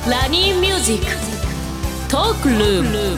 ラニーミュージックトークルーム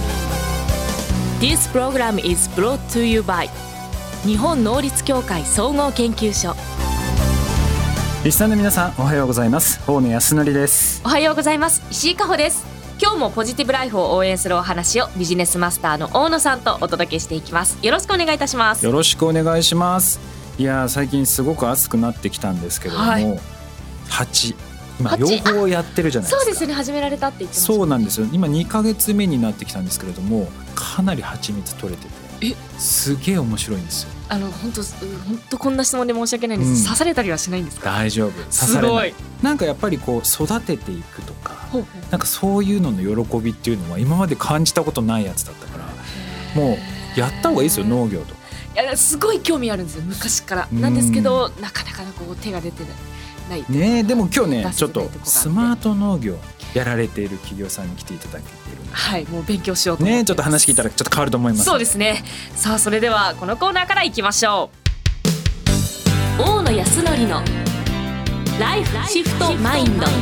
This program is brought to you by 日本能率協会総合研究所。 リスナーの皆さんおはようございます。大野康則です。 おはようございます。石井加穂です。今日もポジティブライフを応援するお話をビジネスマスターの大野さんとお届けしていきます。よろしくお願いいたします。 よろしくお願いします。いや最近すごく暑くなってきたんですけれども、はい、8今両方やってるじゃないですか。 そうですね、始められたって言ってましたね。 そうなんですよ。今2ヶ月目になってきたんですけれども、かなり蜂蜜取れててすげえ面白いんですよ。本当こんな質問で申し訳ないんです、刺されたりはしないんですか？大丈夫、刺されない。なんかやっぱりこう育てていくとか、なんかそういうのの喜びっていうのは今まで感じたことないやつだったから、もうやった方がいいですよ、農業とか。いやすごい興味あるんですよ、昔からなんですけど、なかなかこう手が出てないね。でも今日ね、ちょっとスマート農業やられている企業さんに来ていただけているので、はい、もう勉強しようと思ってね。ちょっと話聞いたらちょっと変わると思います。そうですね。さあそれではこのコーナーからいきましょう。大野康則のライフシフトマインド。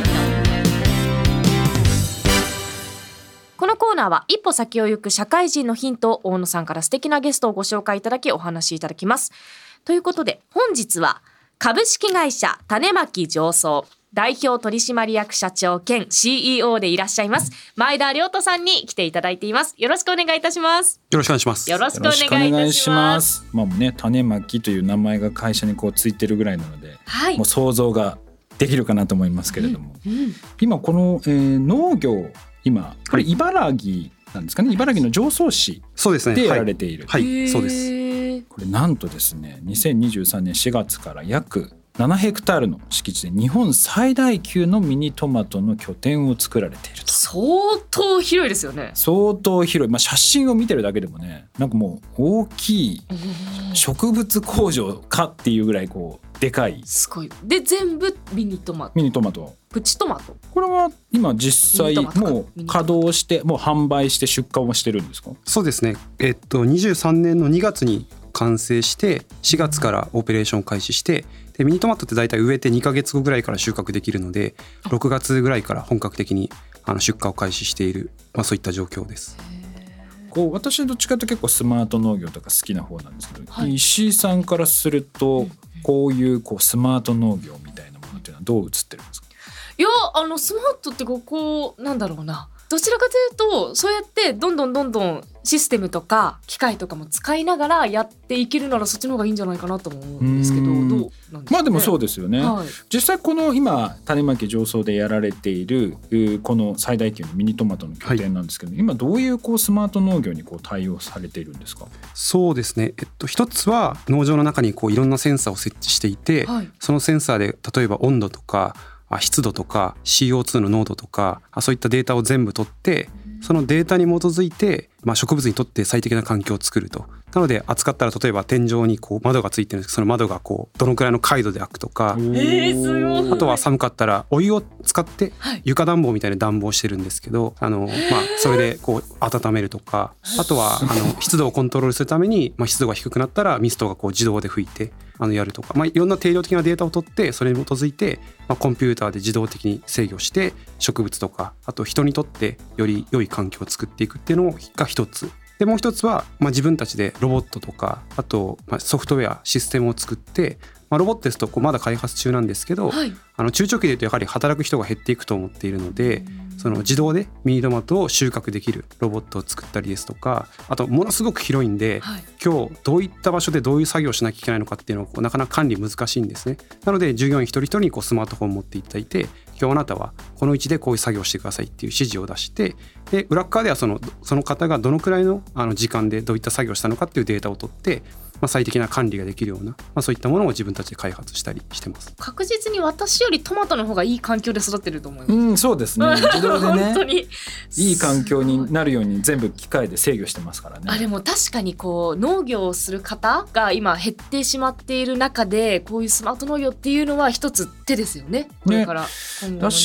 このコーナーは一歩先を行く社会人のヒントを大野さんから素敵なゲストをご紹介いただきお話しいただきます。ということで本日は株式会社種まき上層代表取締役社長兼 CEO でいらっしゃいます前田亮太さんに来ていただいています。よろしくお願いいたします。 よろしくお願いします。 よろしくお願いいたします。 もうね、種まきという名前が会社にこうついてるぐらいなので、はい、もう想像ができるかなと思いますけれども、今この、農業今これ茨城なんですかね、茨城の常総市でやられている。 はい、そうです。 これなんとですね、2023年4月から約7ヘクタールの敷地で日本最大級のミニトマトの拠点を作られていると。 相当広いですよね。 相当広い、写真を見てるだけでもね、なんかもう大きい植物工場かっていうぐらいこうでかい。すごい。で全部ミニトマトプチトマト。 これは今実際もう稼働してもう販売して出荷をしてるんですか？ そうですね、23年の2月に完成して4月からオペレーション開始して、でミニトマトって大体植えて2ヶ月後ぐらいから収穫できるので、6月ぐらいから本格的に出荷を開始している、そういった状況です。 こう私はどっちかというと結構スマート農業とか好きな方なんですけど、はい、石井さんからするとこういうスマート農業みたいなものっていうのはどう映ってるんですか？ いやスマートってこうなんだろうな、どちらかというとそうやってどんどんシステムとか機械とかも使いながらやっていけるならそっちの方がいいんじゃないかなと思うんですけど、どうなんですかね。 でもそうですよね、はい、実際この今種まき上層でやられているこの最大級のミニトマトの拠点なんですけど、はい、今どういうスマート農業に対応されているんですか？ そうですね、一つは農場の中にいろんなセンサーを設置していて、はい、そのセンサーで例えば温度とか湿度とか CO2 の濃度とかそういったデータを全部取って、そのデータに基づいて、植物にとって最適な環境を作ると。なので暑かったら例えば天井に窓がついてるんですけど、その窓がどのくらいの解度で開くとか、 すごい。 あとは寒かったらお湯を使って床暖房みたいな暖房してるんですけど、それで温めるとか、あとは湿度をコントロールするために、湿度が低くなったらミストが自動で吹いてやるとか、いろんな定量的なデータを取って、それに基づいて、コンピューターで自動的に制御して植物とかあと人にとってより良い環境を作っていくっていうのが一つで、もう一つは、自分たちでロボットとかあと、ソフトウェアシステムを作って、ロボットですとまだ開発中なんですけど、はい、中長期でいうとやはり働く人が減っていくと思っているので、その自動でミニトマトを収穫できるロボットを作ったりですとか、あとものすごく広いんで、はい、今日どういった場所でどういう作業をしなきゃいけないのかっていうのをなかなか管理難しいんですね。なので従業員一人一人にスマートフォンを持っていただいて、今日あなたはこの位置でこういう作業をしてくださいっていう指示を出して、で裏側ではその方がどのくらいの時間でどういった作業をしたのかっていうデータを取って、最適な管理ができるような、そういったものを自分たちで開発したりしてます。 確実に私よりトマトの方がいい環境で育ってると思います。 そうですね、自動でね本当にいい環境になるように全部機械で制御してますからね。 でも確かに農業をする方が今減ってしまっている中で、こういうスマート農業っていうのは一つ手ですよね。これから今後のだし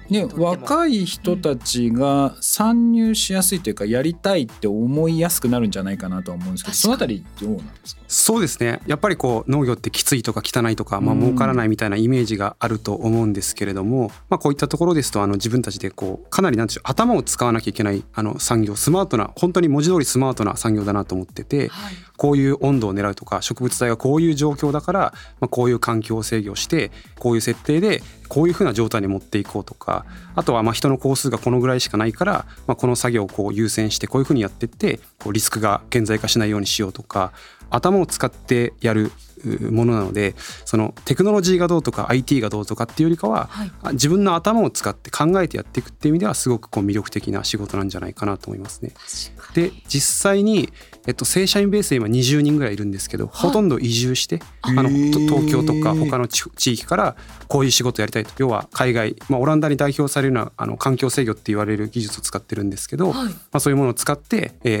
ね、若い人たちが参入しやすいというか、やりたいって思いやすくなるんじゃないかなとは思うんですけど、そのあたりどうなんですか？ そうですね、やっぱりこう農業ってきついとか汚いとか、儲からないみたいなイメージがあると思うんですけれども、こういったところですと自分たちでこうかなりなんでしょう、頭を使わなきゃいけない産業、スマートな、本当に文字通りスマートな産業だなと思ってて、こういう温度を狙うとか、植物体がこういう状況だから、こういう環境を制御してこういう設定でこういう風な状態に持っていこうとか、あとは人の工数がこのぐらいしかないから、この作業をこう優先してこういう風にやっていって、こうリスクが顕在化しないようにしようとか、頭を使ってやるものなので、そのテクノロジーがどうとか IT がどうとかっていうよりかは、自分の頭を使って考えてやっていくっていう意味ではすごくこう魅力的な仕事なんじゃないかなと思いますね。で実際に、正社員ベースで今20人ぐらいいるんですけど、ほとんど移住して東京とか他の地域からこういう仕事やりたいと、要は海外、オランダに代表されるような環境制御って言われる技術を使ってるんですけど、そういうものを使って、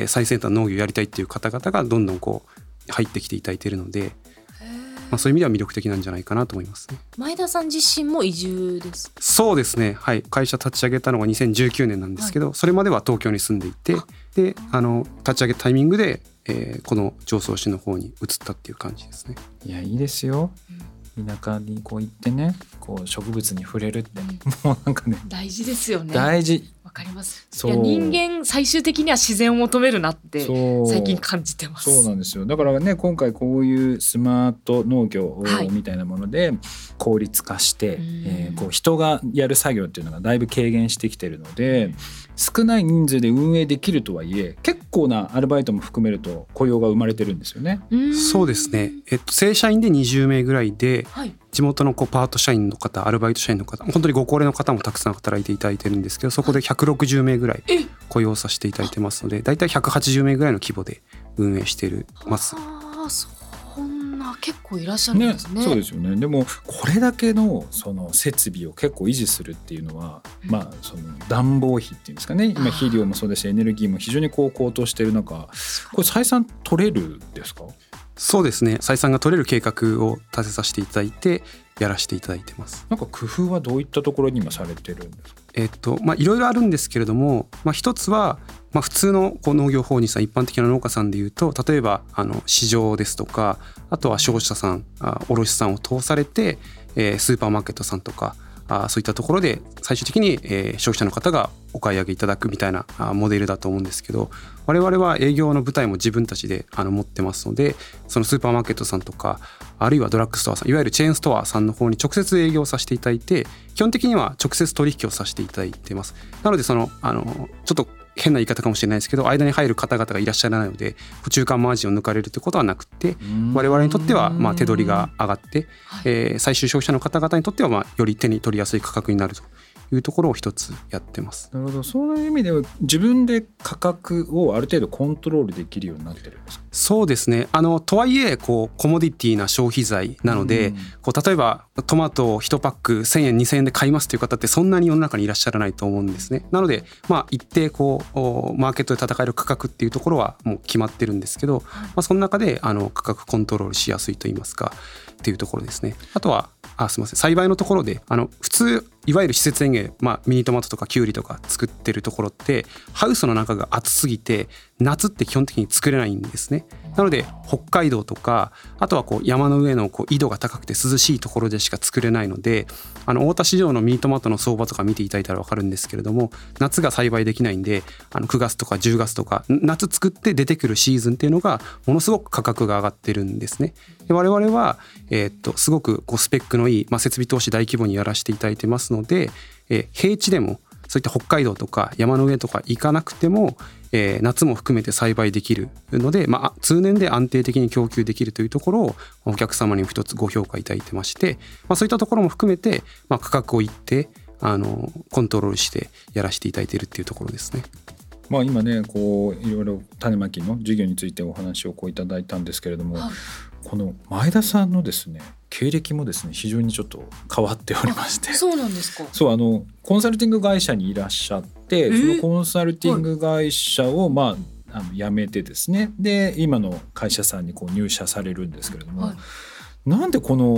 最先端農業やりたいっていう方々がどんどんこう入ってきていただいているので、そういう意味では魅力的なんじゃないかなと思いますね。 前田さん自身も移住です？ そうですね、はい、会社立ち上げたのが2019年なんですけど、それまでは東京に住んでいて、で立ち上げタイミングで、この常総市の方に移ったっていう感じですね。 いや、いいですよ、田舎にこう行ってね、こう植物に触れるって、もうなんかね、 大事ですよね。 大事。 わかります。いや、人間最終的には自然を求めるなって最近感じてます。 そうなんですよ。だからね、今回こういうスマート農業みたいなもので効率化して、こう人がやる作業っていうのがだいぶ軽減してきてるので、少ない人数で運営できるとはいえ、結構なアルバイトも含めると雇用が生まれてるんですよね。 そうですね、正社員で20名ぐらいで、地元のこうパート社員の方、アルバイト社員の方、本当にご高齢の方もたくさん働いていただいてるんですけど、そこで160名ぐらい雇用させていただいてますので、だいたい180名ぐらいの規模で運営しています。 そんな結構いらっしゃるんですね。 そうですよね。でもこれだけのその設備を結構維持するっていうのは、その暖房費っていうんですかね、今肥料もそうですしエネルギーも非常にこう高騰している中、これ採算取れるんですか？ そうですね、採算が取れる計画を立てさせていただいてやらせていただいてます。 なんか工夫はどういったところに今されてるんですか？ いろいろあるんですけれども、一つは、普通のこう農業法人さん、一般的な農家さんでいうと、例えば市場ですとか、あとは消費者さん、卸さんを通されて、スーパーマーケットさんとか、そういったところで最終的に、消費者の方がお買い上げいただくみたいなモデルだと思うんですけど、我々は営業の舞台も自分たちで持ってますので、そのスーパーマーケットさんとか、あるいはドラッグストアさん、いわゆるチェーンストアさんの方に直接営業させていただいて、基本的には直接取引をさせていただいてます。なのでちょっと変な言い方かもしれないですけど、間に入る方々がいらっしゃらないので、中間マージンを抜かれるということはなくて、我々にとっては手取りが上がって、最終消費者の方々にとってはより手に取りやすい価格になるというところを一つやってます。 なるほど、そういう意味では自分で価格をある程度コントロールできるようになってるんですか？ そうですね、とはいえコモディティな消費財なので、例えばトマトを1パック1000円2000円で買いますという方ってそんなに世の中にいらっしゃらないと思うんですね。なので一定マーケットで戦える価格っていうところはもう決まってるんですけど、その中で価格コントロールしやすいといいますかっていうところですね。あとはすみません、栽培のところで普通いわゆる施設園芸、ミニトマトとかキュウリとか作ってるところってハウスの中が暑すぎて夏って基本的に作れないんですね。なので北海道とか、あとは山の上の緯度が高くて涼しいところでしか作れないので、大田市場のミニトマトの相場とか見ていただいたら分かるんですけれども、夏が栽培できないんで9月とか10月とか夏作って出てくるシーズンっていうのがものすごく価格が上がってるんですね。で我々は、すごくスペックのいい、設備投資大規模にやらせていただいてますので、平地でもそういった北海道とか山の上とか行かなくても、夏も含めて栽培できるので、通年で安定的に供給できるというところをお客様にも一つご評価いただいてまして、そういったところも含めて、価格を一定コントロールしてやらせていただいているっていうところですね。 今ねいろいろ種まきの授業についてお話をいただいたんですけれども、この前田さんのですね経歴もですね非常にちょっと変わっておりまして。 そうなんですか。 そうコンサルティング会社にいらっしゃって、そのコンサルティング会社を辞めてですね、で今の会社さんに入社されるんですけれども、なんでこの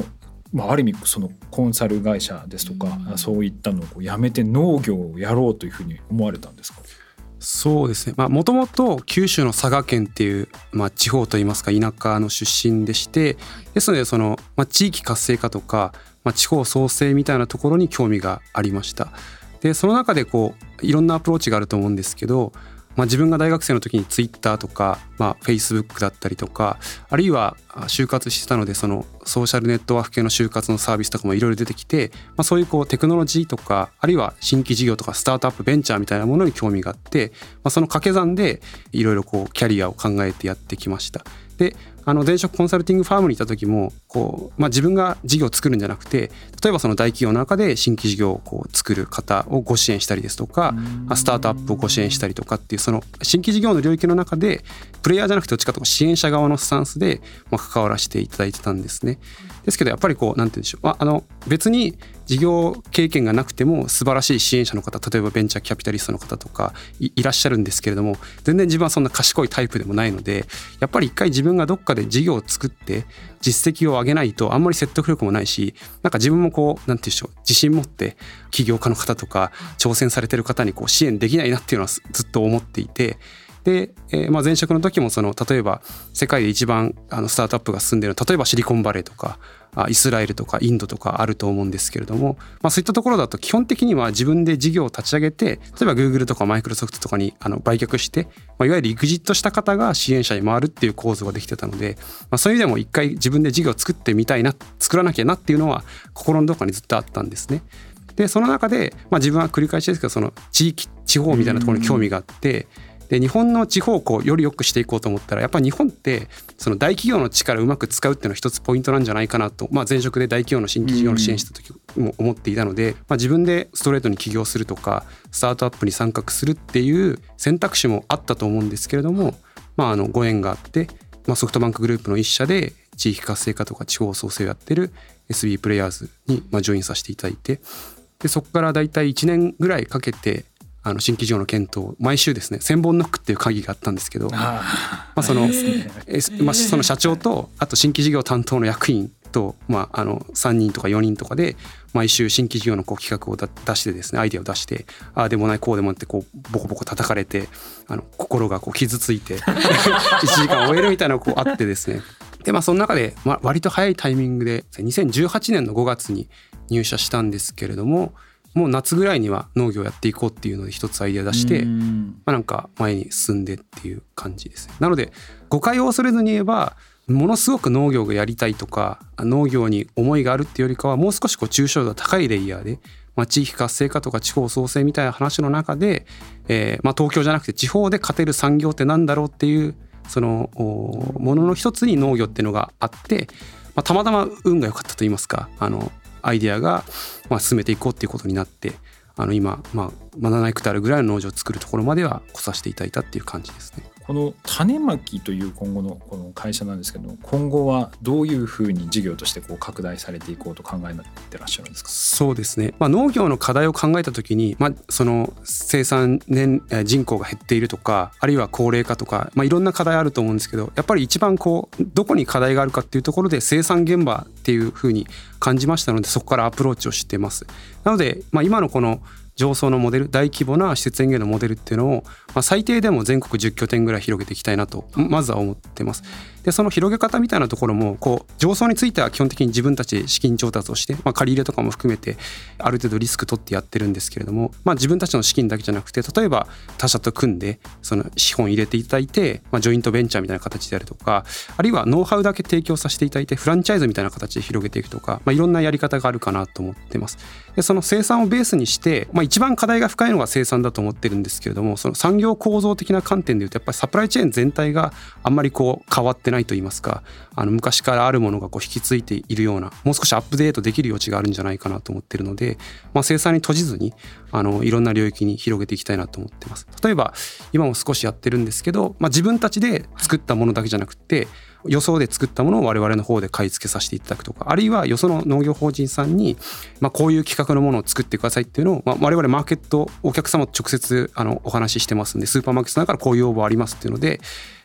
ある意味そのコンサル会社ですとか、そういったのを辞めて農業をやろうというふうに思われたんですか？ そうですね、もともと九州の佐賀県っていう、地方といいますか田舎の出身でして、ですのでその、地域活性化とか、地方創生みたいなところに興味がありました。でその中でいろんなアプローチがあると思うんですけど、自分が大学生の時にツイッターとか、Facebook だったりとか、あるいは就活してたのでそのソーシャルネットワーク系の就活のサービスとかもいろいろ出てきて、そういうテクノロジーとか、あるいは新規事業とかスタートアップベンチャーみたいなものに興味があって、その掛け算でいろいろキャリアを考えてやってきました。で前職コンサルティングファームにいた時も自分が事業を作るんじゃなくて、例えばその大企業の中で新規事業を作る方をご支援したりですとか、スタートアップをご支援したりとかっていう、その新規事業の領域の中でプレイヤーじゃなくてどっちかというと支援者側のスタンスで関わらせていただいてたんですね。ですけどやっぱりなんて言うんでしょう、別に事業経験がなくても素晴らしい支援者の方、例えばベンチャーキャピタリストの方とか いらっしゃるんですけれども、全然自分はそんな賢いタイプでもないので、やっぱり一回自分がどっかで事業を作って実績を上げないとあんまり説得力もないし、なんか自分もなんて言うんでしょう、自信持って起業家の方とか挑戦されてる方に支援できないなっていうのはずっと思っていて、で、前職の時も例えば世界で一番スタートアップが進んでいる、例えばシリコンバレーとかイスラエルとかインドとかあると思うんですけれども、そういったところだと基本的には自分で事業を立ち上げて、例えば Google とかマイクロソフトとかに売却して、いわゆるエグジットした方が支援者に回るっていう構造ができてたので、そういう意味でも一回自分で事業を作ってみたいな、作らなきゃなっていうのは心のどこかにずっとあったんですね。でその中で、自分は繰り返しですけど、その地方みたいなところに興味があって、で日本の地方をより良くしていこうと思ったら、やっぱり日本ってその大企業の力をうまく使うっていうのは一つポイントなんじゃないかなと、前職で大企業の新規事業の支援した時も思っていたので、自分でストレートに起業するとかスタートアップに参画するっていう選択肢もあったと思うんですけれども、ご縁があって、ソフトバンクグループの一社で地域活性化とか地方創生をやってる SB プレイヤーズにジョインさせていただいて、でそこからだいたい1年ぐらいかけて新規事業の検討、毎週ですね1000本ノックっていう会議があったんですけど、その社長とあと新規事業担当の役員と、3人とか4人とかで毎週新規事業の企画を出してですね、アイデアを出して、ああでもないこうでもなってボコボコ叩かれて心が傷ついて1時間終えるみたいなのがあってですね、でその中で割と早いタイミングで2018年の5月に入社したんですけれども、もう夏ぐらいには農業やっていこうっていうので一つアイデア出して、なんか前に進んでっていう感じですね。なので誤解を恐れずに言えば、ものすごく農業がやりたいとか農業に思いがあるっていうよりかは、もう少し抽象度高いレイヤーで、地域活性化とか地方創生みたいな話の中で、東京じゃなくて地方で勝てる産業ってなんだろうっていうそのものの一つに農業っていうのがあって、たまたま運が良かったといいますか、アイデアが進めていこうっていうことになって、今7ヘクタールぐらいの農場を作るところまでは来させていただいたっていう感じですね。 この種まきという今後のこの会社なんですけど、今後はどういうふうに事業として拡大されていこうと考えてらっしゃるんですか？ そうですね、農業の課題を考えた時に、その生産人口が減っているとか、あるいは高齢化とか、いろんな課題あると思うんですけど、やっぱり一番どこに課題があるかっていうところで生産現場っていうふうに感じましたので、そこからアプローチをしてます。なので、今のこの上層のモデル、大規模な施設園芸のモデルっていうのを、最低でも全国10拠点ぐらい広げていきたいなとまずは思ってます。でその広げ方みたいなところも上層については基本的に自分たちで資金調達をして、借り入れとかも含めてある程度リスク取ってやってるんですけれども、自分たちの資金だけじゃなくて、例えば他社と組んでその資本入れていただいて、ジョイントベンチャーみたいな形であるとか、あるいはノウハウだけ提供させていただいてフランチャイズみたいな形で広げていくとか、いろんなやり方があるかなと思ってます。でその生産をベースにして、一番課題が深いのが生産だと思ってるんですけれども、その産業構造的な観点でいうと、やっぱりサプライチェーン全体があんまり変わってないといいますか、昔からあるものが引き継いでいるような、もう少しアップデートできる余地があるんじゃないかなと思っているので、生産に閉じずにいろんな領域に広げていきたいなと思ってます。例えば今も少しやってるんですけど、自分たちで作ったものだけじゃなくて、予想で作ったものを我々の方で買い付けさせていただくとか、あるいはよその農業法人さんに、こういう企画のものを作ってくださいっていうのを、我々マーケットお客様と直接お話ししてますんで、スーパーマーケットさんからこういう要望ありますっていうので、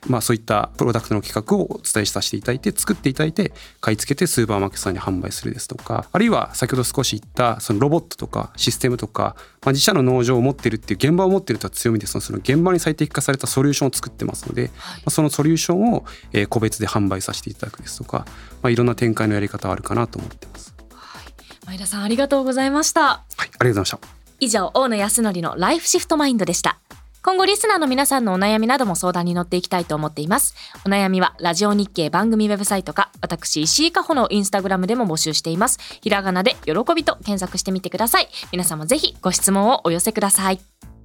そういったプロダクトの企画をお伝えさせていただいて、作っていただいて買い付けてスーパーマーケットさんに販売するですとか、あるいは先ほど少し言ったそのロボットとかシステムとか、自社の農場を持っているっていう現場を持っているとは強みですので、その現場に最適化されたソリューションを作ってますので、そのソリューションを個別で販売させていただくですとか、いろんな展開のやり方はあるかなと思ってます。 前田さんありがとうございました。 はい、ありがとうございました。 以上、大野康則のライフシフトマインドでした。今後リスナーの皆さんのお悩みなども相談に乗っていきたいと思っています。お悩みはラジオ日経番組ウェブサイトか、私石井加穂のインスタグラムでも募集しています。ひらがなで喜びと検索してみてください。皆さんもぜひご質問をお寄せください。